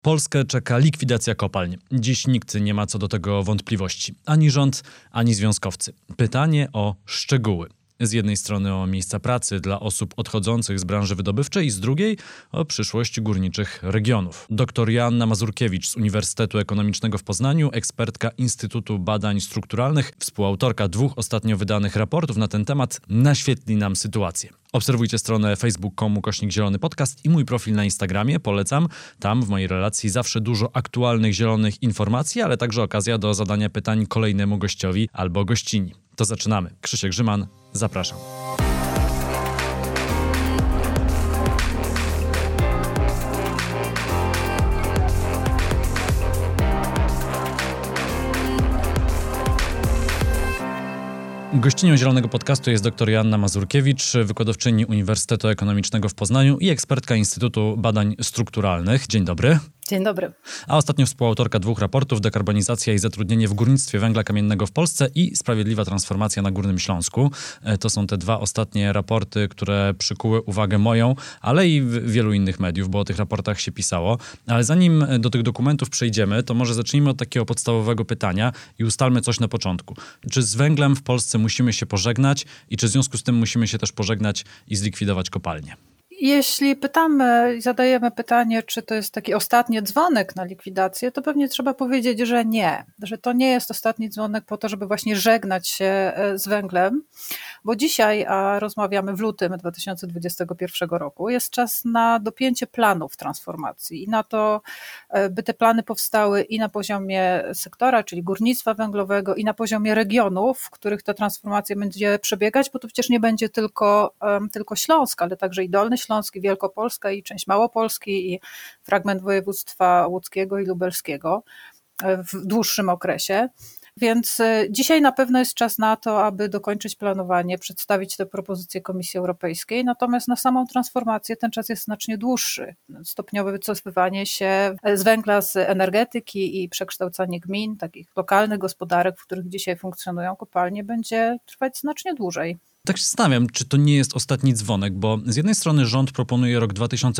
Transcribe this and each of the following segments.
Polskę czeka likwidacja kopalń. Dziś nikt nie ma co do tego wątpliwości. Ani rząd, ani związkowcy. Pytanie o szczegóły. Z jednej strony o miejsca pracy dla osób odchodzących z branży wydobywczej, z drugiej o przyszłość górniczych regionów. Dr Joanna Mazurkiewicz z Uniwersytetu Ekonomicznego w Poznaniu, ekspertka Instytutu Badań Strukturalnych, współautorka 2 ostatnio wydanych raportów na ten temat, naświetli nam sytuację. Obserwujcie stronę facebook.com/Zielony Podcast i mój profil na Instagramie, polecam. Tam w mojej relacji zawsze dużo aktualnych zielonych informacji, ale także okazja do zadania pytań kolejnemu gościowi albo gościni. To zaczynamy. Krzysiek Grzyman, zapraszam. Gościnią Zielonego Podcastu jest dr Joanna Mazurkiewicz, wykładowczyni Uniwersytetu Ekonomicznego w Poznaniu i ekspertka Instytutu Badań Strukturalnych. Dzień dobry. Dzień dobry. A ostatnio współautorka 2 raportów: Dekarbonizacja i zatrudnienie w górnictwie węgla kamiennego w Polsce i Sprawiedliwa transformacja na Górnym Śląsku. To są te 2 ostatnie raporty, które przykuły uwagę moją, ale i wielu innych mediów, bo o tych raportach się pisało. Ale zanim do tych dokumentów przejdziemy, to może zacznijmy od takiego podstawowego pytania i ustalmy coś na początku. Czy z węglem w Polsce musimy się pożegnać i czy w związku z tym musimy się też pożegnać i zlikwidować kopalnie? Jeśli zadajemy pytanie, czy to jest taki ostatni dzwonek na likwidację, to pewnie trzeba powiedzieć, że nie, że to nie jest ostatni dzwonek po to, żeby właśnie żegnać się z węglem, bo dzisiaj, a rozmawiamy w lutym 2021 roku, jest czas na dopięcie planów transformacji i na to, by te plany powstały i na poziomie sektora, czyli górnictwa węglowego, i na poziomie regionów, w których ta transformacja będzie przebiegać, bo to przecież nie będzie tylko Śląsk, ale także i Dolny Śląsk, i Wielkopolska, i część Małopolski, i fragment województwa łódzkiego i lubelskiego w dłuższym okresie. Więc dzisiaj na pewno jest czas na to, aby dokończyć planowanie, przedstawić te propozycje Komisji Europejskiej, natomiast na samą transformację ten czas jest znacznie dłuższy. Stopniowe wycofywanie się z węgla, z energetyki i przekształcanie gmin, takich lokalnych gospodarek, w których dzisiaj funkcjonują kopalnie, będzie trwać znacznie dłużej. Tak się zastanawiam, czy to nie jest ostatni dzwonek, bo z jednej strony rząd proponuje rok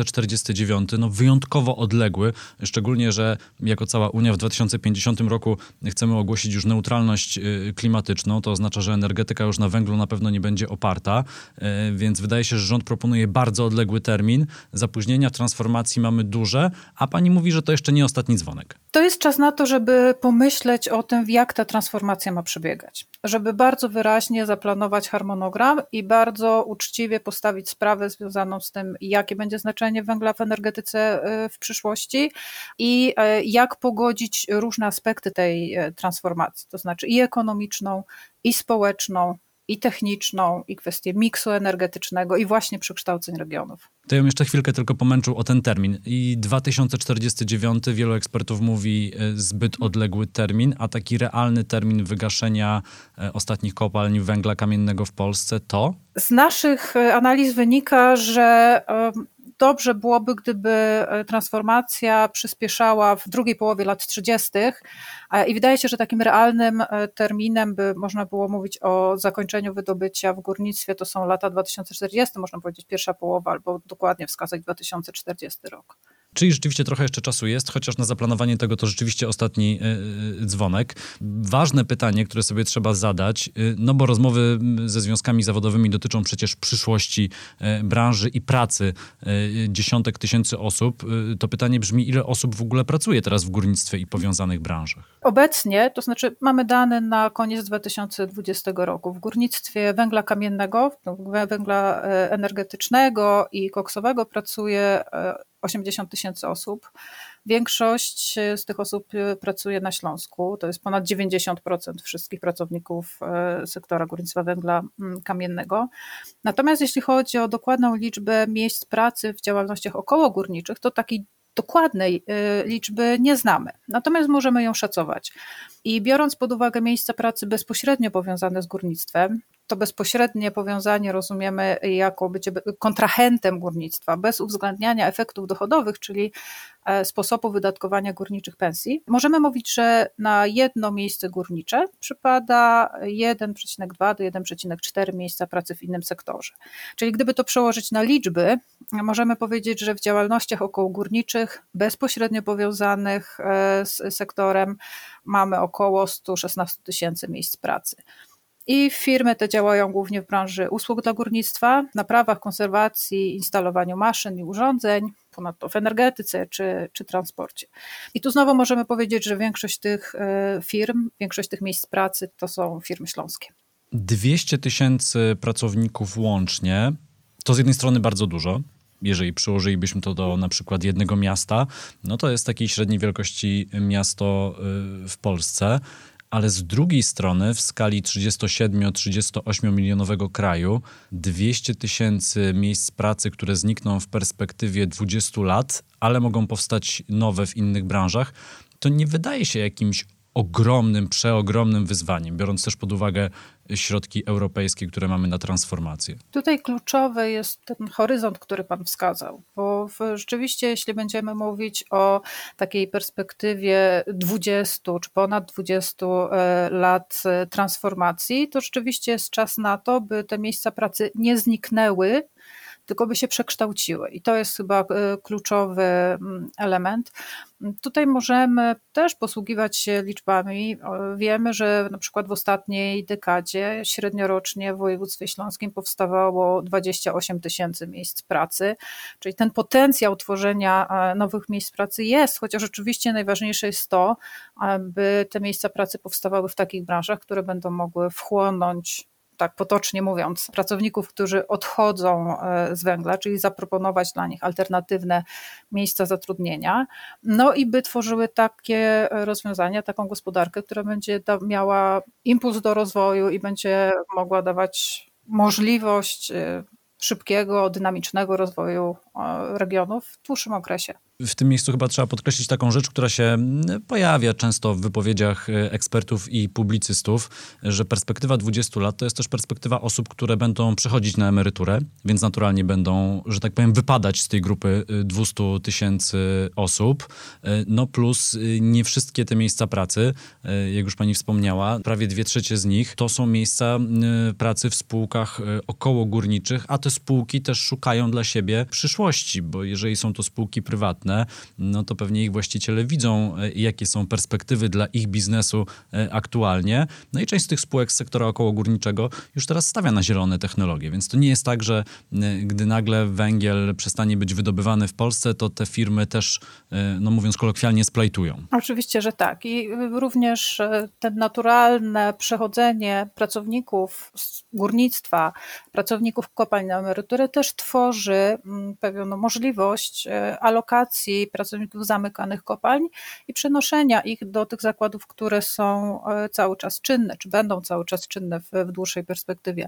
2049, wyjątkowo odległy, szczególnie, że jako cała Unia w 2050 roku chcemy ogłosić już neutralność klimatyczną, to oznacza, że energetyka już na węglu na pewno nie będzie oparta, więc wydaje się, że rząd proponuje bardzo odległy termin, zapóźnienia w transformacji mamy duże, a pani mówi, że to jeszcze nie ostatni dzwonek. To jest czas na to, żeby pomyśleć o tym, jak ta transformacja ma przebiegać, żeby bardzo wyraźnie zaplanować harmonogram i bardzo uczciwie postawić sprawę związaną z tym, jakie będzie znaczenie węgla w energetyce w przyszłości i jak pogodzić różne aspekty tej transformacji, to znaczy i ekonomiczną, i społeczną, i techniczną, i kwestię miksu energetycznego, i właśnie przekształceń regionów. To ja bym jeszcze chwilkę tylko pomęczył o ten termin. I 2049, wielu ekspertów mówi, zbyt odległy termin, a taki realny termin wygaszenia ostatnich kopalń węgla kamiennego w Polsce to? Z naszych analiz wynika, że dobrze byłoby, gdyby transformacja przyspieszała w drugiej połowie lat 30. I wydaje się, że takim realnym terminem by można było mówić o zakończeniu wydobycia w górnictwie, to są lata 2040, można powiedzieć pierwsza połowa, albo dokładnie wskazać 2040 rok. Czyli rzeczywiście trochę jeszcze czasu jest, chociaż na zaplanowanie tego to rzeczywiście ostatni dzwonek. Ważne pytanie, które sobie trzeba zadać, no bo rozmowy ze związkami zawodowymi dotyczą przecież przyszłości branży i pracy dziesiątek tysięcy osób. To pytanie brzmi, ile osób w ogóle pracuje teraz w górnictwie i powiązanych branżach? Obecnie, to znaczy mamy dane na koniec 2020 roku. W górnictwie węgla kamiennego, węgla energetycznego i koksowego pracuje 80 tysięcy osób. Większość z tych osób pracuje na Śląsku, to jest ponad 90% wszystkich pracowników sektora górnictwa węgla kamiennego. Natomiast jeśli chodzi o dokładną liczbę miejsc pracy w działalnościach okołogórniczych, to takiej dokładnej liczby nie znamy, natomiast możemy ją szacować. I biorąc pod uwagę miejsca pracy bezpośrednio powiązane z górnictwem, to bezpośrednie powiązanie rozumiemy jako bycie kontrahentem górnictwa, bez uwzględniania efektów dochodowych, czyli sposobu wydatkowania górniczych pensji, możemy mówić, że na jedno miejsce górnicze przypada 1,2 do 1,4 miejsca pracy w innym sektorze. Czyli gdyby to przełożyć na liczby, możemy powiedzieć, że w działalnościach okołogórniczych bezpośrednio powiązanych z sektorem mamy około 116 000 miejsc pracy. I firmy te działają głównie w branży usług dla górnictwa, naprawach, konserwacji, instalowaniu maszyn i urządzeń, ponadto w energetyce czy transporcie. I tu znowu możemy powiedzieć, że większość tych firm, większość tych miejsc pracy to są firmy śląskie. 200 000 pracowników łącznie, to z jednej strony bardzo dużo. Jeżeli przyłożylibyśmy to do na przykład jednego miasta, no to jest takiej średniej wielkości miasto w Polsce. Ale z drugiej strony w skali 37-38 milionowego kraju 200 000 miejsc pracy, które znikną w perspektywie 20 lat, ale mogą powstać nowe w innych branżach, to nie wydaje się jakimś ogromnym, przeogromnym wyzwaniem, biorąc też pod uwagę środki europejskie, które mamy na transformację. Tutaj kluczowy jest ten horyzont, który pan wskazał, bo rzeczywiście jeśli będziemy mówić o takiej perspektywie 20 czy ponad 20 lat transformacji, to rzeczywiście jest czas na to, by te miejsca pracy nie zniknęły, tylko by się przekształciły. I to jest chyba kluczowy element. Tutaj możemy też posługiwać się liczbami. Wiemy, że na przykład w ostatniej dekadzie średniorocznie w województwie śląskim powstawało 28 000 miejsc pracy, czyli ten potencjał tworzenia nowych miejsc pracy jest, chociaż oczywiście najważniejsze jest to, aby te miejsca pracy powstawały w takich branżach, które będą mogły wchłonąć, tak potocznie mówiąc, pracowników, którzy odchodzą z węgla, czyli zaproponować dla nich alternatywne miejsca zatrudnienia, no i by tworzyły takie rozwiązania, taką gospodarkę, która będzie miała impuls do rozwoju i będzie mogła dawać możliwość szybkiego, dynamicznego rozwoju regionów w dłuższym okresie. W tym miejscu chyba trzeba podkreślić taką rzecz, która się pojawia często w wypowiedziach ekspertów i publicystów, że perspektywa 20 lat to jest też perspektywa osób, które będą przechodzić na emeryturę, więc naturalnie będą, że tak powiem, wypadać z tej grupy 200 000 osób. No plus nie wszystkie te miejsca pracy, jak już pani wspomniała, prawie 2/3 z nich to są miejsca pracy w spółkach okołogórniczych, a te spółki też szukają dla siebie przyszłości, bo jeżeli są to spółki prywatne, no to pewnie ich właściciele widzą, jakie są perspektywy dla ich biznesu aktualnie. No i część z tych spółek z sektora okołogórniczego już teraz stawia na zielone technologie, więc to nie jest tak, że gdy nagle węgiel przestanie być wydobywany w Polsce, to te firmy też, no mówiąc kolokwialnie, splajtują. Oczywiście, że tak. I również ten naturalne przechodzenie pracowników z górnictwa, pracowników kopalń na emeryturę też tworzy pewną możliwość alokacji pracowników zamykanych kopalń i przenoszenia ich do tych zakładów, które są cały czas czynne, czy będą cały czas czynne w dłuższej perspektywie.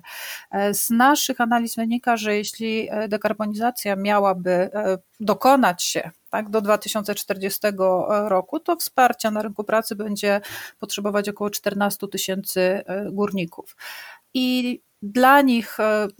Z naszych analiz wynika, że jeśli dekarbonizacja miałaby dokonać się tak, do 2040 roku, to wsparcia na rynku pracy będzie potrzebować około 14 000 górników. I dla nich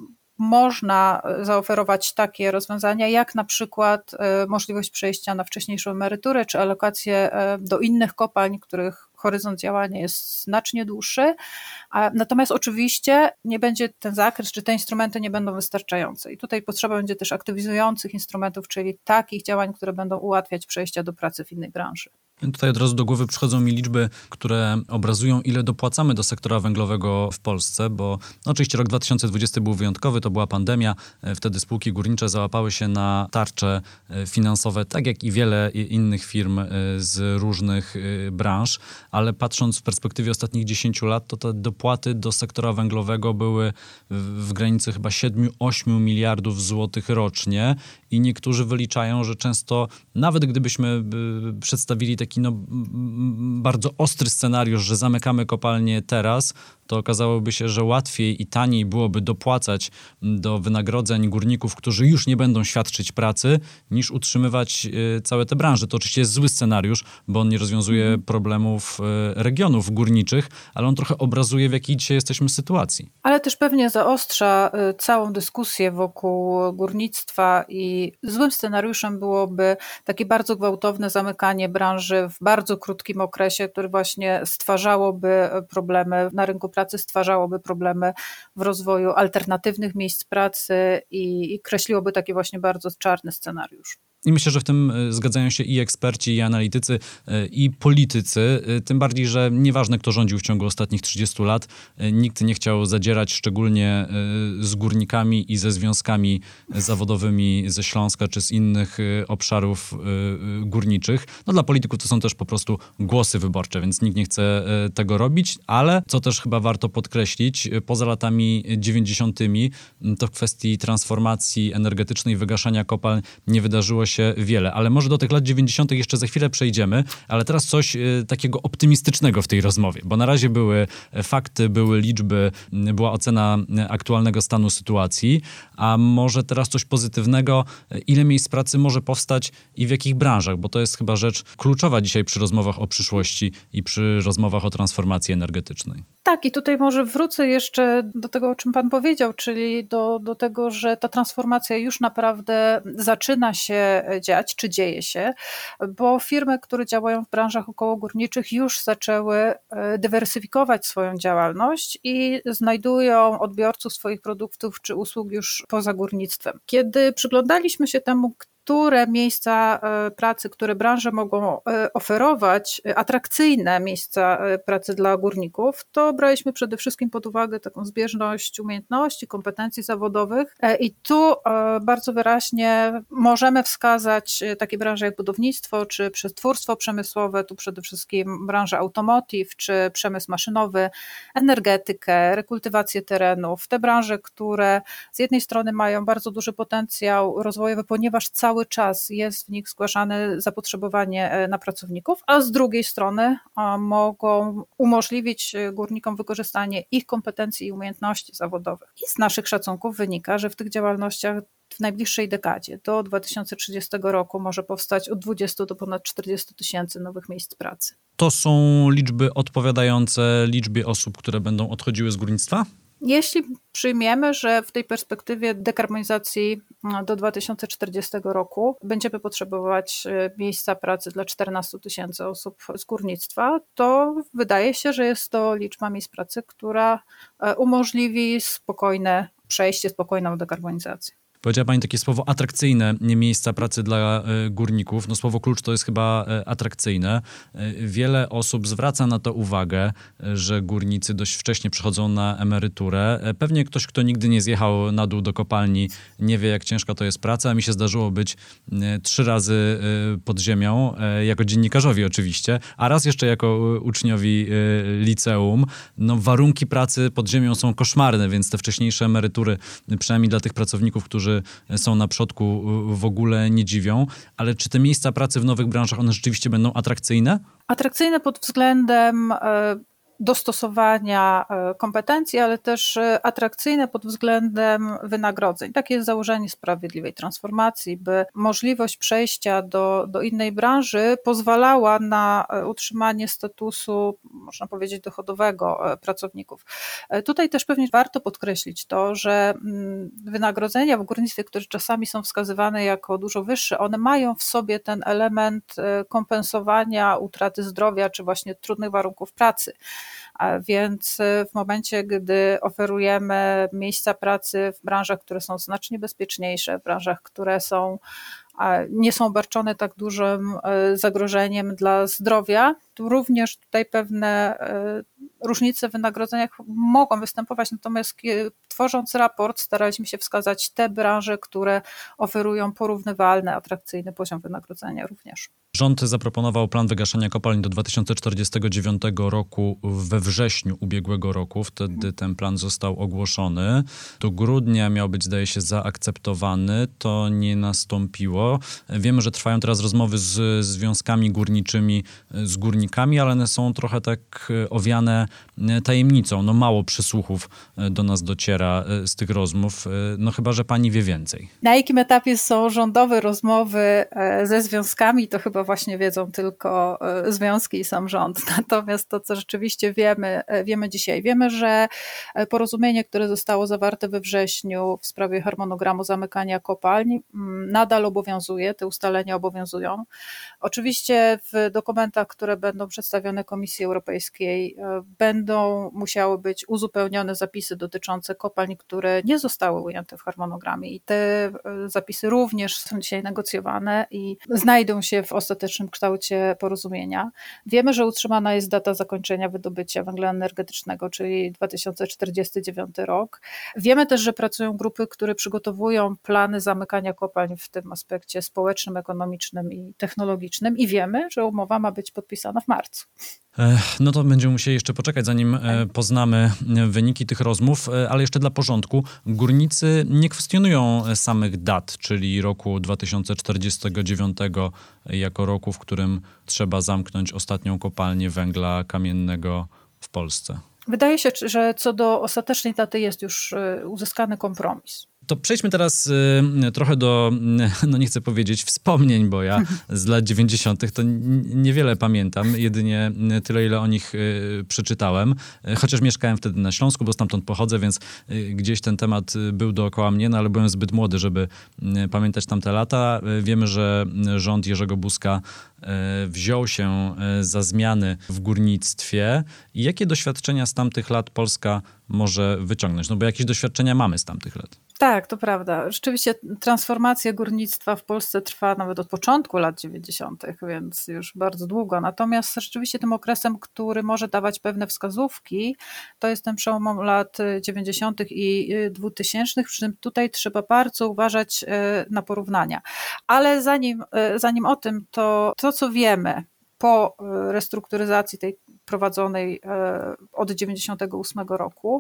można zaoferować takie rozwiązania, jak na przykład możliwość przejścia na wcześniejszą emeryturę, czy alokację do innych kopalń, których horyzont działania jest znacznie dłuższy. Natomiast oczywiście nie będzie ten zakres, czy te instrumenty nie będą wystarczające. I tutaj potrzeba będzie też aktywizujących instrumentów, czyli takich działań, które będą ułatwiać przejście do pracy w innej branży. Tutaj od razu do głowy przychodzą mi liczby, które obrazują, ile dopłacamy do sektora węglowego w Polsce, bo oczywiście rok 2020 był wyjątkowy, to była pandemia, wtedy spółki górnicze załapały się na tarcze finansowe, tak jak i wiele innych firm z różnych branż, ale patrząc w perspektywie ostatnich 10 lat, to te dopłaty do sektora węglowego były w granicy chyba 7-8 miliardów złotych rocznie i niektórzy wyliczają, że często nawet gdybyśmy przedstawili taki bardzo ostry scenariusz, że zamykamy kopalnię teraz, to okazałoby się, że łatwiej i taniej byłoby dopłacać do wynagrodzeń górników, którzy już nie będą świadczyć pracy, niż utrzymywać całe te branże. To oczywiście jest zły scenariusz, bo on nie rozwiązuje problemów regionów górniczych, ale on trochę obrazuje, w jakiej dzisiaj jesteśmy sytuacji. Ale też pewnie zaostrza całą dyskusję wokół górnictwa i złym scenariuszem byłoby takie bardzo gwałtowne zamykanie branży w bardzo krótkim okresie, które właśnie stwarzałoby problemy na rynku pracy, stwarzałoby problemy w rozwoju alternatywnych miejsc pracy i kreśliłoby taki właśnie bardzo czarny scenariusz. I myślę, że w tym zgadzają się i eksperci, i analitycy, i politycy. Tym bardziej, że nieważne, kto rządził w ciągu ostatnich 30 lat, nikt nie chciał zadzierać szczególnie z górnikami i ze związkami zawodowymi ze Śląska czy z innych obszarów górniczych. No dla polityków to są też po prostu głosy wyborcze, więc nikt nie chce tego robić, ale co też chyba warto podkreślić, poza latami 90. to w kwestii transformacji energetycznej, wygaszania kopalń nie wydarzyło się wiele, ale może do tych lat 90. jeszcze za chwilę przejdziemy, ale teraz coś takiego optymistycznego w tej rozmowie, bo na razie były fakty, były liczby, była ocena aktualnego stanu sytuacji, a może teraz coś pozytywnego, ile miejsc pracy może powstać i w jakich branżach, bo to jest chyba rzecz kluczowa dzisiaj przy rozmowach o przyszłości i przy rozmowach o transformacji energetycznej. Tak, i tutaj może wrócę jeszcze do tego, o czym Pan powiedział, czyli do tego, że ta transformacja już naprawdę zaczyna się dziać, czy dzieje się, bo firmy, które działają w branżach okołogórniczych już zaczęły dywersyfikować swoją działalność i znajdują odbiorców swoich produktów czy usług już poza górnictwem. Kiedy przyglądaliśmy się temu, które miejsca pracy, które branże mogą oferować, atrakcyjne miejsca pracy dla górników, to braliśmy przede wszystkim pod uwagę taką zbieżność umiejętności, kompetencji zawodowych i tu bardzo wyraźnie możemy wskazać takie branże jak budownictwo czy przetwórstwo przemysłowe, tu przede wszystkim branża automotive czy przemysł maszynowy, energetykę, rekultywację terenów, te branże, które z jednej strony mają bardzo duży potencjał rozwojowy, ponieważ cały czas jest w nich zgłaszane zapotrzebowanie na pracowników, a z drugiej strony mogą umożliwić górnikom wykorzystanie ich kompetencji i umiejętności zawodowych. I z naszych szacunków wynika, że w tych działalnościach w najbliższej dekadzie, do 2030 roku, może powstać od 20 do ponad 40 tysięcy nowych miejsc pracy. To są liczby odpowiadające liczbie osób, które będą odchodziły z górnictwa? Jeśli przyjmiemy, że w tej perspektywie dekarbonizacji do 2040 roku będziemy potrzebować miejsca pracy dla 14 tysięcy osób z górnictwa, to wydaje się, że jest to liczba miejsc pracy, która umożliwi spokojne przejście, spokojną dekarbonizację. Powiedziała Pani takie słowo atrakcyjne, miejsca pracy dla górników. No słowo klucz to jest chyba atrakcyjne. Wiele osób zwraca na to uwagę, że górnicy dość wcześnie przechodzą na emeryturę. Pewnie ktoś, kto nigdy nie zjechał na dół do kopalni, nie wie, jak ciężka to jest praca. A mi się zdarzyło być 3 razy pod ziemią, jako dziennikarzowi oczywiście, a raz jeszcze jako uczniowi liceum. No warunki pracy pod ziemią są koszmarne, więc te wcześniejsze emerytury, przynajmniej dla tych pracowników, którzy są na przodku, w ogóle nie dziwią, ale czy te miejsca pracy w nowych branżach, one rzeczywiście będą atrakcyjne? Atrakcyjne pod względem dostosowania kompetencji, ale też atrakcyjne pod względem wynagrodzeń. Takie jest założenie sprawiedliwej transformacji, by możliwość przejścia do innej branży pozwalała na utrzymanie statusu, można powiedzieć, dochodowego pracowników. Tutaj też pewnie warto podkreślić to, że wynagrodzenia w górnictwie, które czasami są wskazywane jako dużo wyższe, one mają w sobie ten element kompensowania utraty zdrowia, czy właśnie trudnych warunków pracy. A więc w momencie, gdy oferujemy miejsca pracy w branżach, które są znacznie bezpieczniejsze, w branżach, które nie są obarczone tak dużym zagrożeniem dla zdrowia, to również tutaj pewne różnice w wynagrodzeniach mogą występować, natomiast tworząc raport staraliśmy się wskazać te branże, które oferują porównywalny, atrakcyjny poziom wynagrodzenia również. Rząd zaproponował plan wygaszania kopalń do 2049 roku we wrześniu ubiegłego roku. Wtedy ten plan został ogłoszony. Do grudnia miał być, zdaje się, zaakceptowany. To nie nastąpiło. Wiemy, że trwają teraz rozmowy z związkami górniczymi, z górnikami, ale one są trochę tak owiane tajemnicą. No mało przysłuchów do nas dociera z tych rozmów, no chyba że pani wie więcej. Na jakim etapie są rządowe rozmowy ze związkami, to chyba właśnie wiedzą tylko związki i sam rząd. Natomiast to, co rzeczywiście wiemy dzisiaj, wiemy, że porozumienie, które zostało zawarte we wrześniu w sprawie harmonogramu zamykania kopalń, nadal obowiązuje, te ustalenia obowiązują. Oczywiście w dokumentach, które będą przedstawione Komisji Europejskiej, będą musiały być uzupełnione zapisy dotyczące kopalń, które nie zostały ujęte w harmonogramie i te zapisy również są dzisiaj negocjowane i znajdą się w ostatecznym kształcie porozumienia. Wiemy, że utrzymana jest data zakończenia wydobycia węgla energetycznego, czyli 2049 rok. Wiemy też, że pracują grupy, które przygotowują plany zamykania kopalń w tym aspekcie społecznym, ekonomicznym i technologicznym i wiemy, że umowa ma być podpisana w marcu. No to będziemy musieli jeszcze poczekać, zanim poznamy wyniki tych rozmów, ale jeszcze dla porządku. Górnicy nie kwestionują samych dat, czyli roku 2049 jako roku, w którym trzeba zamknąć ostatnią kopalnię węgla kamiennego w Polsce. Wydaje się, że co do ostatecznej daty jest już uzyskany kompromis. To przejdźmy teraz trochę do, no nie chcę powiedzieć wspomnień, bo ja z lat 90. to niewiele pamiętam, jedynie tyle, ile o nich przeczytałem. Chociaż mieszkałem wtedy na Śląsku, bo stamtąd pochodzę, więc gdzieś ten temat był dookoła mnie, no ale byłem zbyt młody, żeby pamiętać tamte lata. Wiemy, że rząd Jerzego Buzka wziął się za zmiany w górnictwie. I jakie doświadczenia z tamtych lat Polska może wyciągnąć? No bo jakieś doświadczenia mamy z tamtych lat. Tak, to prawda. Rzeczywiście transformacja górnictwa w Polsce trwa nawet od początku lat 90., więc już bardzo długo. Natomiast rzeczywiście tym okresem, który może dawać pewne wskazówki, to jest ten przełom lat 90. i 2000, przy czym tutaj trzeba bardzo uważać na porównania. Ale zanim o tym, to co wiemy po restrukturyzacji tej prowadzonej od 98 roku,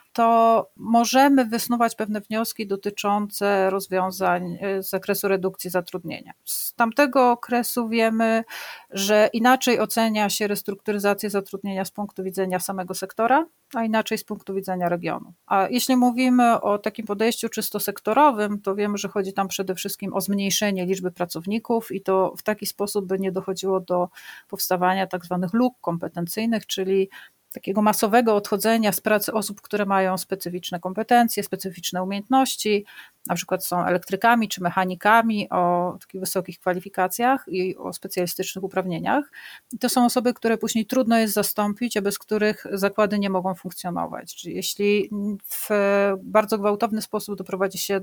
to możemy wysnuwać pewne wnioski dotyczące rozwiązań z zakresu redukcji zatrudnienia. Z tamtego okresu wiemy, że inaczej ocenia się restrukturyzację zatrudnienia z punktu widzenia samego sektora, a inaczej z punktu widzenia regionu. A jeśli mówimy o takim podejściu czysto sektorowym, to wiemy, że chodzi tam przede wszystkim o zmniejszenie liczby pracowników i to w taki sposób, by nie dochodziło do powstawania tak zwanych luk kompetencyjnych, czyli takiego masowego odchodzenia z pracy osób, które mają specyficzne kompetencje, specyficzne umiejętności, na przykład są elektrykami czy mechanikami o takich wysokich kwalifikacjach i o specjalistycznych uprawnieniach. I to są osoby, które później trudno jest zastąpić, a bez których zakłady nie mogą funkcjonować. Czyli jeśli w bardzo gwałtowny sposób doprowadzi się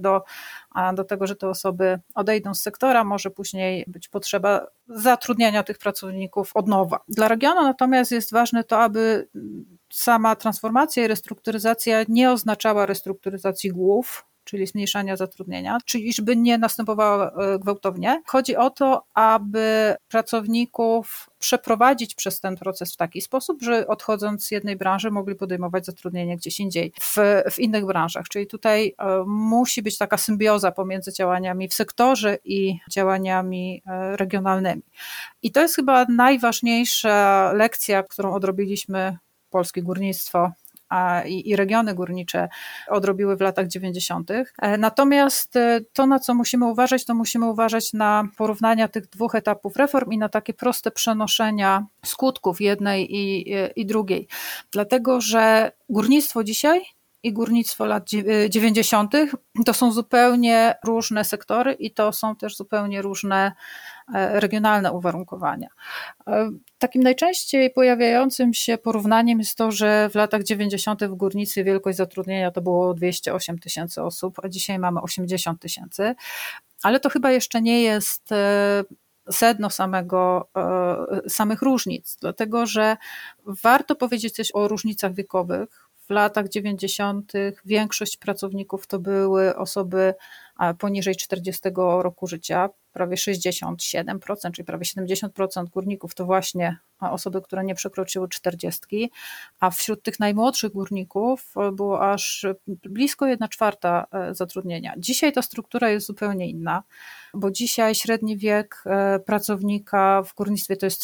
do tego, że te osoby odejdą z sektora, może później być potrzeba zatrudniania tych pracowników od nowa. Dla regionu natomiast jest ważne to, aby sama transformacja i restrukturyzacja nie oznaczała restrukturyzacji głów, czyli zmniejszania zatrudnienia, czyli żeby nie następowała gwałtownie. Chodzi o to, aby pracowników przeprowadzić przez ten proces w taki sposób, że odchodząc z jednej branży mogli podejmować zatrudnienie gdzieś indziej, w innych branżach. Czyli tutaj musi być taka symbioza pomiędzy działaniami w sektorze i działaniami regionalnymi. I to jest chyba najważniejsza lekcja, którą odrobiliśmy, polskie górnictwo i regiony górnicze odrobiły w latach 90. Natomiast to, na co musimy uważać, to musimy uważać na porównania tych dwóch etapów reform i na takie proste przenoszenia skutków jednej i drugiej. Dlatego, że górnictwo dzisiaj i górnictwo lat 90. to są zupełnie różne sektory i to są też zupełnie różne regionalne uwarunkowania. Takim najczęściej pojawiającym się porównaniem jest to, że w latach 90. w górnictwie wielkość zatrudnienia to było 208 tysięcy osób, a dzisiaj mamy 80 tysięcy, ale to chyba jeszcze nie jest sedno samych różnic, dlatego że warto powiedzieć coś o różnicach wiekowych w latach 90. większość pracowników to były osoby poniżej 40 roku życia, prawie 67%, czyli prawie 70% górników to właśnie osoby, które nie przekroczyły 40, a wśród tych najmłodszych górników było aż blisko 1/4 zatrudnienia. Dzisiaj ta struktura jest zupełnie inna, bo dzisiaj średni wiek pracownika w górnictwie to jest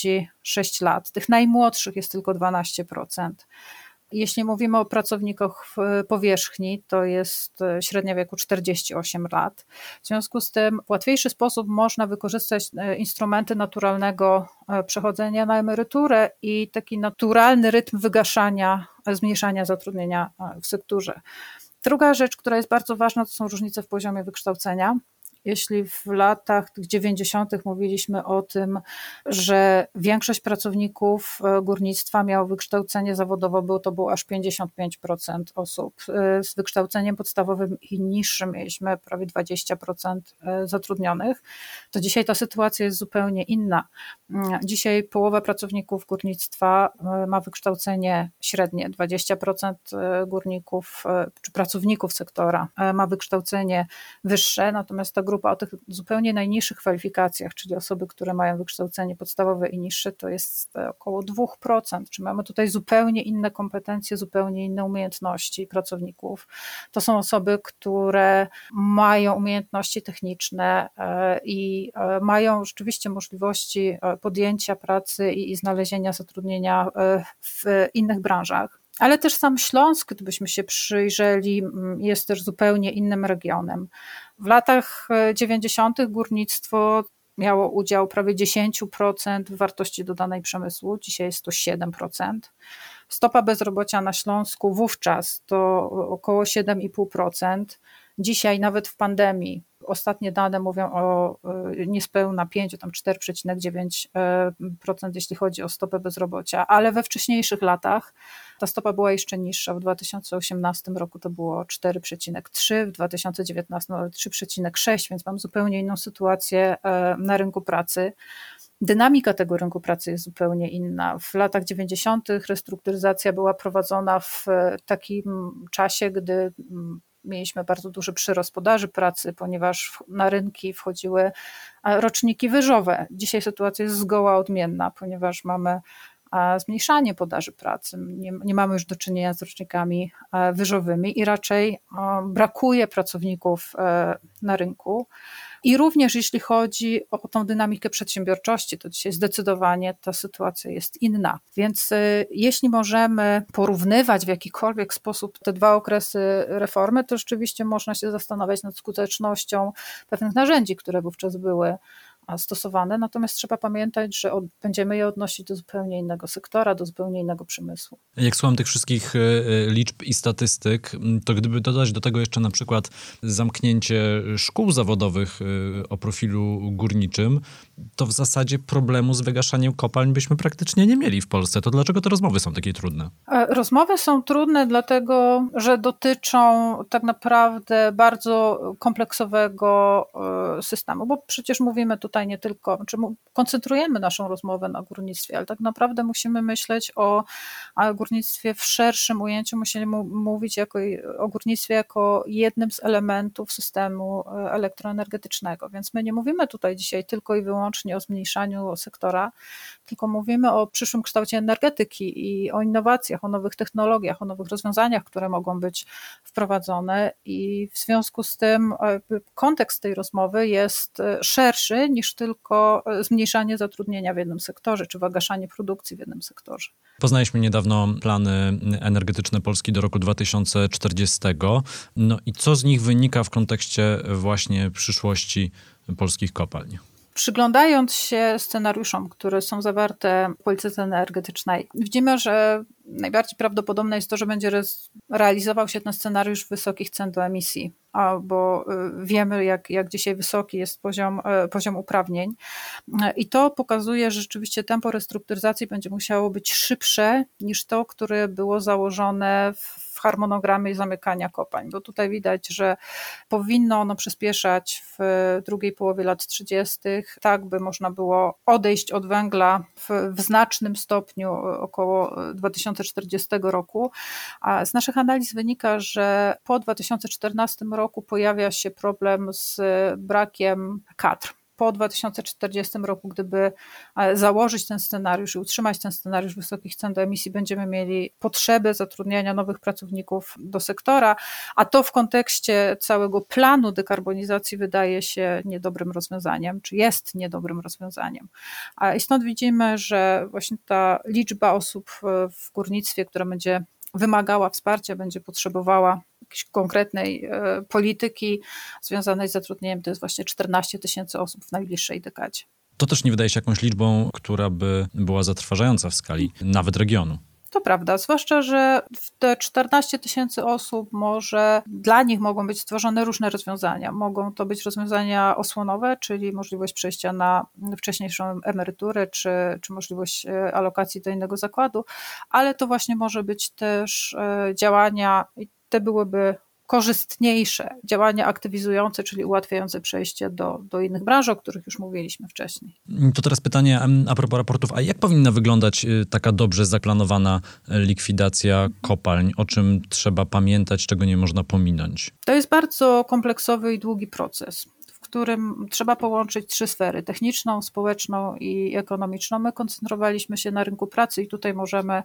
36 lat. Tych najmłodszych jest tylko 12%. Jeśli mówimy o pracownikach w powierzchni, to jest średnia wieku 48 lat. W związku z tym w łatwiejszy sposób można wykorzystać instrumenty naturalnego przechodzenia na emeryturę i taki naturalny rytm wygaszania, zmniejszania zatrudnienia w sektorze. Druga rzecz, która jest bardzo ważna, to są różnice w poziomie wykształcenia. Jeśli w latach 90. mówiliśmy o tym, że większość pracowników górnictwa miało wykształcenie zawodowe, to było aż 55% osób. Z wykształceniem podstawowym i niższym mieliśmy prawie 20% zatrudnionych. To dzisiaj ta sytuacja jest zupełnie inna. Dzisiaj połowa pracowników górnictwa ma wykształcenie średnie, 20% górników czy pracowników sektora ma wykształcenie wyższe, natomiast ta grupa o tych zupełnie najniższych kwalifikacjach, czyli osoby, które mają wykształcenie podstawowe i niższe, to jest około 2%, czyli mamy tutaj zupełnie inne kompetencje, zupełnie inne umiejętności pracowników. To są osoby, które mają umiejętności techniczne i mają rzeczywiście możliwości podjęcia pracy i znalezienia zatrudnienia w innych branżach. Ale też sam Śląsk, gdybyśmy się przyjrzeli, jest też zupełnie innym regionem. W latach 90. górnictwo miało udział prawie 10% w wartości dodanej przemysłu, dzisiaj jest to 7%. Stopa bezrobocia na Śląsku wówczas to około 7,5%. Dzisiaj nawet w pandemii, ostatnie dane mówią o niespełna 5, tam 4,9%, jeśli chodzi o stopę bezrobocia, ale we wcześniejszych latach ta stopa była jeszcze niższa. W 2018 roku to było 4,3, w 2019 3,6, więc mam zupełnie inną sytuację na rynku pracy. Dynamika tego rynku pracy jest zupełnie inna. W latach 90. restrukturyzacja była prowadzona w takim czasie, gdy mieliśmy bardzo duży przyrost podaży pracy, ponieważ na rynki wchodziły roczniki wyżowe. Dzisiaj sytuacja jest zgoła odmienna, ponieważ mamy zmniejszanie podaży pracy. Nie mamy już do czynienia z rocznikami wyżowymi i raczej brakuje pracowników na rynku. I również jeśli chodzi o tą dynamikę przedsiębiorczości, to dzisiaj zdecydowanie ta sytuacja jest inna. Więc jeśli możemy porównywać w jakikolwiek sposób te dwa okresy reformy, to rzeczywiście można się zastanawiać nad skutecznością pewnych narzędzi, które wówczas były stosowane, natomiast trzeba pamiętać, że będziemy je odnosić do zupełnie innego sektora, do zupełnie innego przemysłu. Jak słucham tych wszystkich liczb i statystyk, to gdyby dodać do tego jeszcze na przykład zamknięcie szkół zawodowych o profilu górniczym, to w zasadzie problemu z wygaszaniem kopalń byśmy praktycznie nie mieli w Polsce. To dlaczego te rozmowy są takie trudne? Rozmowy są trudne dlatego, że dotyczą tak naprawdę bardzo kompleksowego systemu, bo przecież mówimy tutaj nie tylko, koncentrujemy naszą rozmowę na górnictwie, ale tak naprawdę musimy myśleć o górnictwie w szerszym ujęciu, musimy mówić o górnictwie jako jednym z elementów systemu elektroenergetycznego, więc my nie mówimy tutaj dzisiaj tylko i wyłącznie o zmniejszaniu sektora, tylko mówimy o przyszłym kształcie energetyki i o innowacjach, o nowych technologiach, o nowych rozwiązaniach, które mogą być wprowadzone i w związku z tym kontekst tej rozmowy jest szerszy niż tylko zmniejszanie zatrudnienia w jednym sektorze, czy wygaszanie produkcji w jednym sektorze. Poznaliśmy niedawno plany energetyczne Polski do roku 2040. No i co z nich wynika w kontekście właśnie przyszłości polskich kopalń? Przyglądając się scenariuszom, które są zawarte w polityce energetycznej, widzimy, że najbardziej prawdopodobne jest to, że będzie realizował się ten scenariusz wysokich cen do emisji, bo wiemy, jak dzisiaj wysoki jest poziom uprawnień i to pokazuje, że rzeczywiście tempo restrukturyzacji będzie musiało być szybsze niż to, które było założone w w harmonogramie zamykania kopalń, bo tutaj widać, że powinno ono przyspieszać w drugiej połowie lat 30., tak by można było odejść od węgla w znacznym stopniu około 2040 roku. A z naszych analiz wynika, że po 2014 roku pojawia się problem z brakiem kadr. Po 2040 roku, gdyby założyć ten scenariusz i utrzymać ten scenariusz wysokich cen do emisji, będziemy mieli potrzebę zatrudniania nowych pracowników do sektora, a to w kontekście całego planu dekarbonizacji wydaje się niedobrym rozwiązaniem, czy jest niedobrym rozwiązaniem. I stąd widzimy, że właśnie ta liczba osób w górnictwie, która będzie wymagała wsparcia, będzie potrzebowała jakiejś konkretnej polityki związanej z zatrudnieniem, to jest właśnie 14 000 osób w najbliższej dekadzie. To też nie wydaje się jakąś liczbą, która by była zatrważająca w skali nawet regionu. To prawda, zwłaszcza, że w te 14 000 osób dla nich mogą być stworzone różne rozwiązania. Mogą to być rozwiązania osłonowe, czyli możliwość przejścia na wcześniejszą emeryturę, czy możliwość alokacji do innego zakładu, ale to właśnie może być też działania, i te byłyby korzystniejsze, działania aktywizujące, czyli ułatwiające przejście do innych branż, o których już mówiliśmy wcześniej. To teraz pytanie a propos raportów. A jak powinna wyglądać taka dobrze zaplanowana likwidacja kopalń? O czym trzeba pamiętać, czego nie można pominąć? To jest bardzo kompleksowy i długi proces, w którym trzeba połączyć 3 sfery: techniczną, społeczną i ekonomiczną. My koncentrowaliśmy się na rynku pracy i tutaj możemy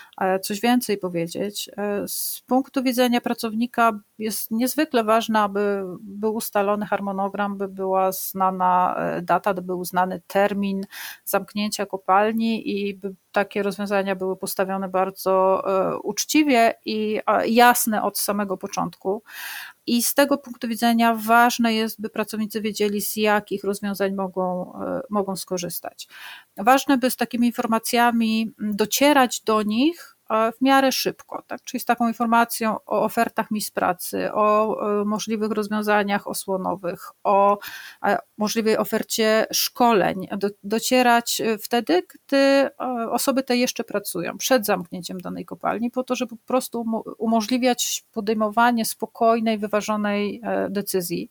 coś więcej powiedzieć. Z punktu widzenia pracownika jest niezwykle ważne, aby był ustalony harmonogram, by była znana data, by był znany termin zamknięcia kopalni i by takie rozwiązania były postawione bardzo uczciwie i jasne od samego początku. I z tego punktu widzenia ważne jest, by pracownicy wiedzieli, z jakich rozwiązań mogą skorzystać. Ważne, by z takimi informacjami docierać do nich w miarę szybko, tak? Czyli z taką informacją o ofertach miejsc pracy, o możliwych rozwiązaniach osłonowych, o możliwej ofercie szkoleń, docierać wtedy, gdy osoby te jeszcze pracują, przed zamknięciem danej kopalni, po to, żeby po prostu umożliwiać podejmowanie spokojnej, wyważonej decyzji.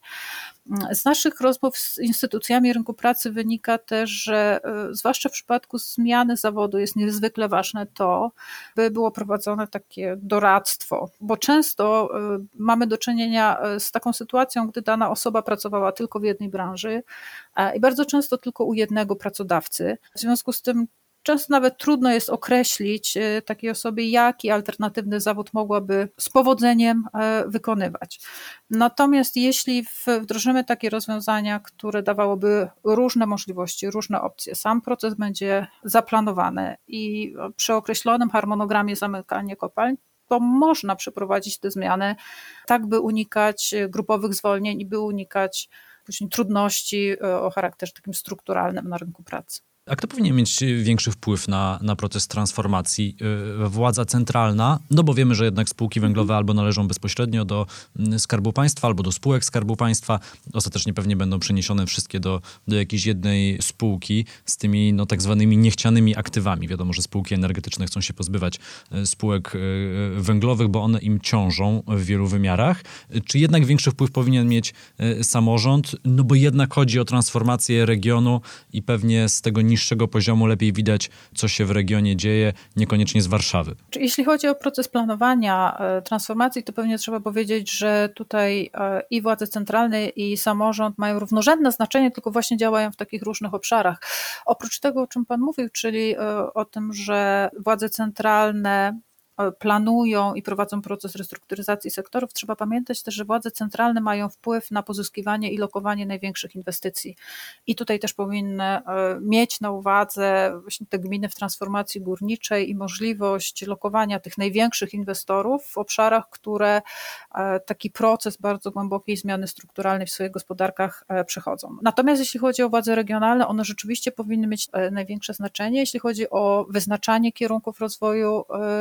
Z naszych rozmów z instytucjami rynku pracy wynika też, że zwłaszcza w przypadku zmiany zawodu jest niezwykle ważne to, by było prowadzone takie doradztwo, bo często mamy do czynienia z taką sytuacją, gdy dana osoba pracowała tylko w jednej branży i bardzo często tylko u jednego pracodawcy. W związku z tym często nawet trudno jest określić takiej osobie, jaki alternatywny zawód mogłaby z powodzeniem wykonywać. Natomiast jeśli wdrożymy takie rozwiązania, które dawałyby różne możliwości, różne opcje, sam proces będzie zaplanowany i przy określonym harmonogramie zamykania kopalń, to można przeprowadzić te zmiany tak, by unikać grupowych zwolnień i by unikać później trudności o charakterze takim strukturalnym na rynku pracy. A kto powinien mieć większy wpływ na proces transformacji? Władza centralna? No bo wiemy, że jednak spółki węglowe albo należą bezpośrednio do Skarbu Państwa, albo do spółek Skarbu Państwa. Ostatecznie pewnie będą przeniesione wszystkie do jakiejś jednej spółki z tymi tak zwanymi niechcianymi aktywami. Wiadomo, że spółki energetyczne chcą się pozbywać spółek węglowych, bo one im ciążą w wielu wymiarach. Czy jednak większy wpływ powinien mieć samorząd? No bo jednak chodzi o transformację regionu i pewnie z tego niższego poziomu lepiej widać, co się w regionie dzieje, niekoniecznie z Warszawy. Jeśli chodzi o proces planowania transformacji, to pewnie trzeba powiedzieć, że tutaj i władze centralne, i samorząd mają równorzędne znaczenie, tylko właśnie działają w takich różnych obszarach. Oprócz tego, o czym Pan mówił, czyli o tym, że władze centralne planują i prowadzą proces restrukturyzacji sektorów, trzeba pamiętać też, że władze centralne mają wpływ na pozyskiwanie i lokowanie największych inwestycji. I tutaj też powinny mieć na uwadze właśnie te gminy w transformacji górniczej i możliwość lokowania tych największych inwestorów w obszarach, które taki proces bardzo głębokiej zmiany strukturalnej w swoich gospodarkach przechodzą. Natomiast jeśli chodzi o władze regionalne, one rzeczywiście powinny mieć największe znaczenie, jeśli chodzi o wyznaczanie kierunków rozwoju regionalnego,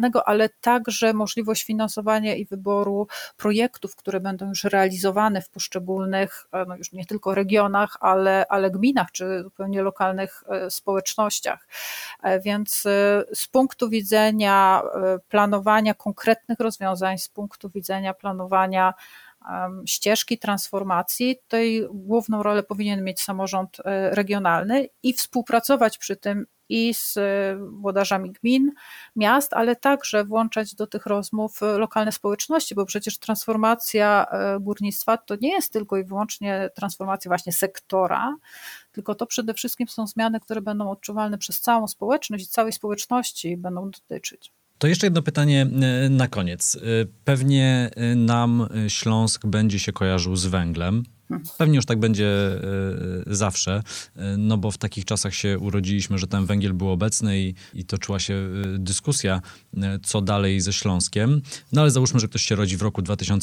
regionalnego, ale także możliwość finansowania i wyboru projektów, które będą już realizowane w poszczególnych, no już nie tylko regionach, ale gminach czy zupełnie lokalnych społecznościach. Więc z punktu widzenia planowania konkretnych rozwiązań, z punktu widzenia planowania ścieżki transformacji, tutaj główną rolę powinien mieć samorząd regionalny i współpracować przy tym i z włodarzami gmin, miast, ale także włączać do tych rozmów lokalne społeczności, bo przecież transformacja górnictwa to nie jest tylko i wyłącznie transformacja właśnie sektora, tylko to przede wszystkim są zmiany, które będą odczuwalne przez całą społeczność i całej społeczności będą dotyczyć. To jeszcze jedno pytanie na koniec. Pewnie nam Śląsk będzie się kojarzył z węglem. Pewnie już tak będzie zawsze, no bo w takich czasach się urodziliśmy, że ten węgiel był obecny i toczyła się dyskusja, co dalej ze Śląskiem. No ale załóżmy, że ktoś się rodzi w roku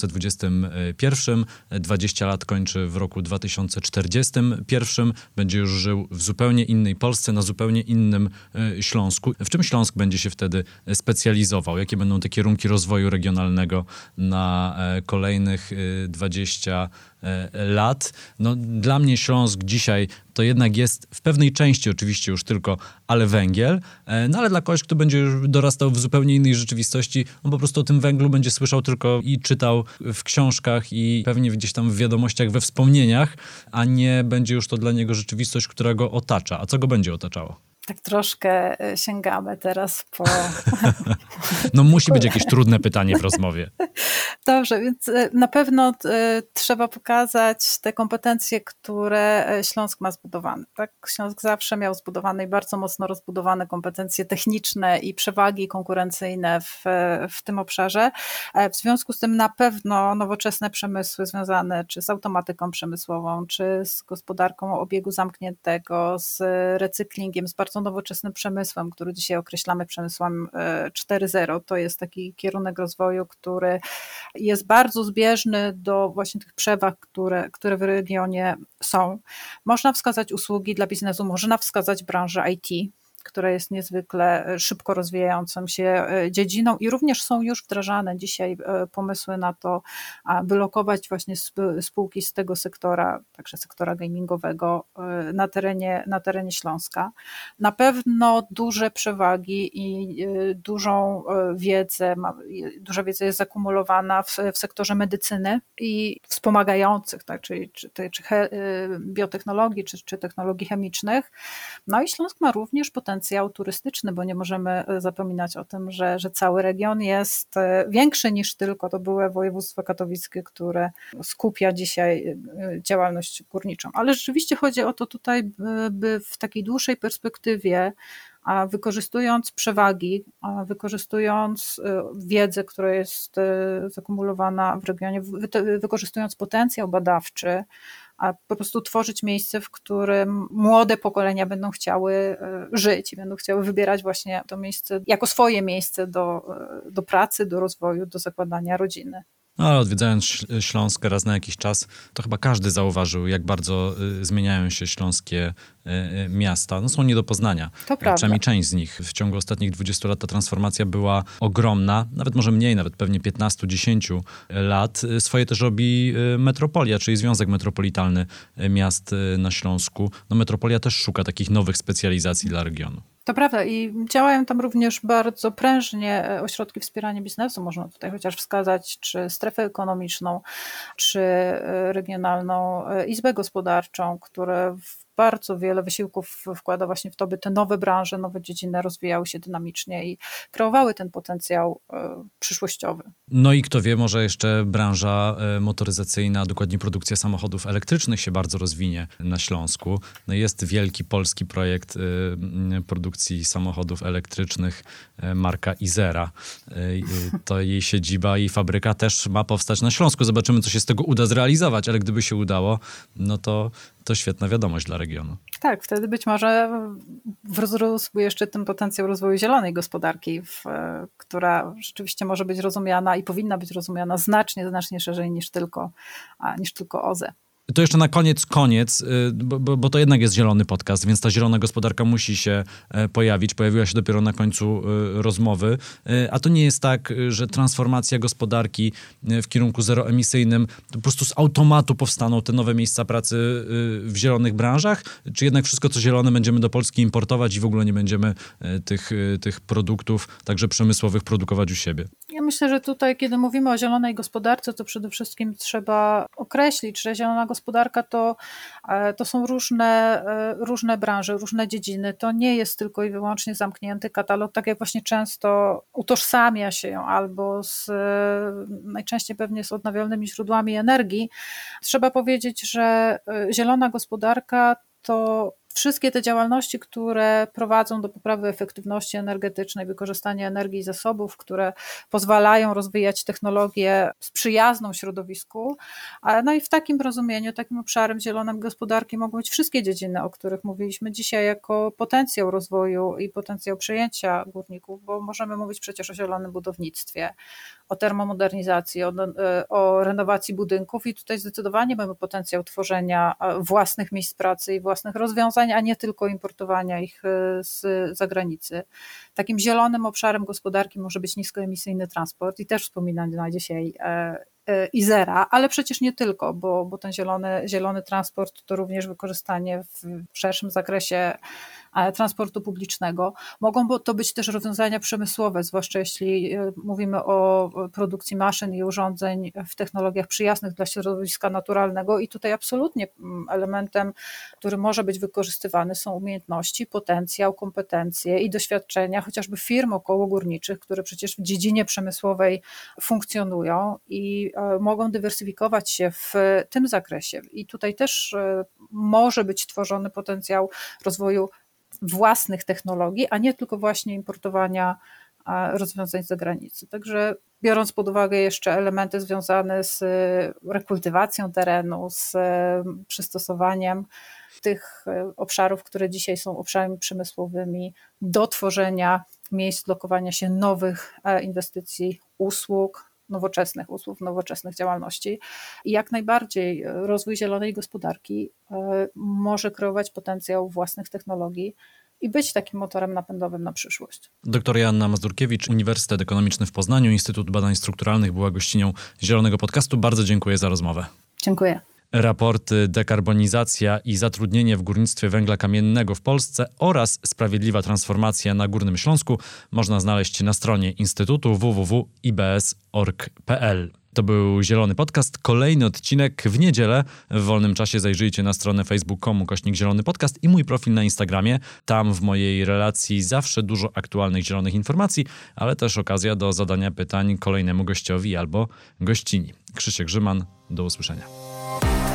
2021, 20 lat kończy w roku 2041, będzie już żył w zupełnie innej Polsce, na zupełnie innym Śląsku. W czym Śląsk będzie się wtedy specjalizował? Jakie będą te kierunki rozwoju regionalnego na kolejnych 20 lat? No, dla mnie Śląsk dzisiaj to jednak jest w pewnej części oczywiście już tylko, ale węgiel, no ale dla kogoś, kto będzie już dorastał w zupełnie innej rzeczywistości, on po prostu o tym węglu będzie słyszał tylko i czytał w książkach i pewnie gdzieś tam w wiadomościach, we wspomnieniach, a nie będzie już to dla niego rzeczywistość, która go otacza. A co go będzie otaczało? Tak troszkę sięgamy teraz po... No musi być jakieś trudne pytanie w rozmowie. Dobrze, więc na pewno trzeba pokazać te kompetencje, które Śląsk ma zbudowane. Tak? Śląsk zawsze miał zbudowane i bardzo mocno rozbudowane kompetencje techniczne i przewagi konkurencyjne w tym obszarze. W związku z tym na pewno nowoczesne przemysły związane czy z automatyką przemysłową, czy z gospodarką obiegu zamkniętego, z recyklingiem, z bardzo nowoczesnym przemysłem, który dzisiaj określamy przemysłem 4.0. To jest taki kierunek rozwoju, który jest bardzo zbieżny do właśnie tych przewag, które w regionie są. Można wskazać usługi dla biznesu, można wskazać branżę IT, która jest niezwykle szybko rozwijającą się dziedziną i również są już wdrażane dzisiaj pomysły na to, aby lokować właśnie spółki z tego sektora, także sektora gamingowego na terenie Śląska. Na pewno duże przewagi i duża wiedza jest zakumulowana w sektorze medycyny i wspomagających, tak, czy biotechnologii, czy technologii chemicznych. No i Śląsk ma również potencjał turystyczny, bo nie możemy zapominać o tym, że cały region jest większy niż tylko to były województwo katowickie, które skupia dzisiaj działalność górniczą. Ale rzeczywiście chodzi o to tutaj, by w takiej dłuższej perspektywie, a wykorzystując przewagi, wykorzystując wiedzę, która jest zakumulowana w regionie, wykorzystując potencjał badawczy, a po prostu tworzyć miejsce, w którym młode pokolenia będą chciały żyć i będą chciały wybierać właśnie to miejsce jako swoje miejsce do pracy, do rozwoju, do zakładania rodziny. No, ale odwiedzając Śląsk raz na jakiś czas, to chyba każdy zauważył, jak bardzo zmieniają się śląskie miasta. No, są nie do poznania. To prawda. Przynajmniej część z nich. W ciągu ostatnich 20 lat ta transformacja była ogromna. Nawet może mniej, nawet pewnie 15-10 lat. Swoje też robi metropolia, czyli Związek Metropolitalny Miast na Śląsku. No, metropolia też szuka takich nowych specjalizacji dla regionu. To prawda i działają tam również bardzo prężnie ośrodki wspierania biznesu. Można tutaj chociaż wskazać, czy strefę ekonomiczną, czy regionalną izbę gospodarczą, które bardzo wiele wysiłków wkłada właśnie w to, by te nowe branże, nowe dziedziny rozwijały się dynamicznie i kreowały ten potencjał przyszłościowy. No i kto wie, może jeszcze branża motoryzacyjna, a dokładnie produkcja samochodów elektrycznych się bardzo rozwinie na Śląsku. No jest wielki polski projekt produkcji samochodów elektrycznych, marka Izera. To jej siedziba i fabryka też ma powstać na Śląsku. Zobaczymy, co się z tego uda zrealizować, ale gdyby się udało, no to świetna wiadomość dla regionu. Tak, wtedy być może wzrósł jeszcze ten potencjał rozwoju zielonej gospodarki, która rzeczywiście może być rozumiana i powinna być rozumiana znacznie szerzej niż tylko OZE. To jeszcze na koniec, bo to jednak jest zielony podcast, więc ta zielona gospodarka musi się pojawić. Pojawiła się dopiero na końcu rozmowy. A to nie jest tak, że transformacja gospodarki w kierunku zeroemisyjnym, to po prostu z automatu powstaną te nowe miejsca pracy w zielonych branżach? Czy jednak wszystko, co zielone, będziemy do Polski importować i w ogóle nie będziemy tych produktów, także przemysłowych, produkować u siebie? Ja myślę, że tutaj, kiedy mówimy o zielonej gospodarce, to przede wszystkim trzeba określić, że zielona gospodarka to są różne branże, różne dziedziny. To nie jest tylko i wyłącznie zamknięty katalog, tak jak właśnie często utożsamia się ją albo najczęściej pewnie z odnawialnymi źródłami energii. Trzeba powiedzieć, że zielona gospodarka to wszystkie te działalności, które prowadzą do poprawy efektywności energetycznej, wykorzystania energii i zasobów, które pozwalają rozwijać technologię przyjazną środowisku. No i w takim rozumieniu, takim obszarem zielonej gospodarki mogą być wszystkie dziedziny, o których mówiliśmy dzisiaj, jako potencjał rozwoju i potencjał przejęcia górników, bo możemy mówić przecież o zielonym budownictwie, o termomodernizacji, o renowacji budynków i tutaj zdecydowanie mamy potencjał tworzenia własnych miejsc pracy i własnych rozwiązań, a nie tylko importowania ich z zagranicy. Takim zielonym obszarem gospodarki może być niskoemisyjny transport i też wspominany na dzisiaj Izera, ale przecież nie tylko, bo ten zielony transport to również wykorzystanie w szerszym zakresie transportu publicznego. Mogą to być też rozwiązania przemysłowe, zwłaszcza jeśli mówimy o produkcji maszyn i urządzeń w technologiach przyjaznych dla środowiska naturalnego i tutaj absolutnie elementem, który może być wykorzystywany, są umiejętności, potencjał, kompetencje i doświadczenia chociażby firm okołogórniczych, które przecież w dziedzinie przemysłowej funkcjonują i mogą dywersyfikować się w tym zakresie. I tutaj też może być tworzony potencjał rozwoju własnych technologii, a nie tylko właśnie importowania rozwiązań z zagranicy. Także biorąc pod uwagę jeszcze elementy związane z rekultywacją terenu, z przystosowaniem tych obszarów, które dzisiaj są obszarami przemysłowymi, do tworzenia miejsc lokowania się nowych inwestycji, nowoczesnych działalności. I jak najbardziej rozwój zielonej gospodarki może kreować potencjał własnych technologii i być takim motorem napędowym na przyszłość. Dr Joanna Mazurkiewicz, Uniwersytet Ekonomiczny w Poznaniu, Instytut Badań Strukturalnych, była gościnią Zielonego Podcastu. Bardzo dziękuję za rozmowę. Dziękuję. Raporty Dekarbonizacja i zatrudnienie w górnictwie węgla kamiennego w Polsce oraz Sprawiedliwa transformacja na Górnym Śląsku można znaleźć na stronie Instytutu www.ibs.org.pl. To był Zielony Podcast, kolejny odcinek w niedzielę. W wolnym czasie zajrzyjcie na stronę facebook.com/Zielony Podcast i mój profil na Instagramie. Tam w mojej relacji zawsze dużo aktualnych zielonych informacji, ale też okazja do zadania pytań kolejnemu gościowi albo gościni. Krzysiek Grzyman, do usłyszenia.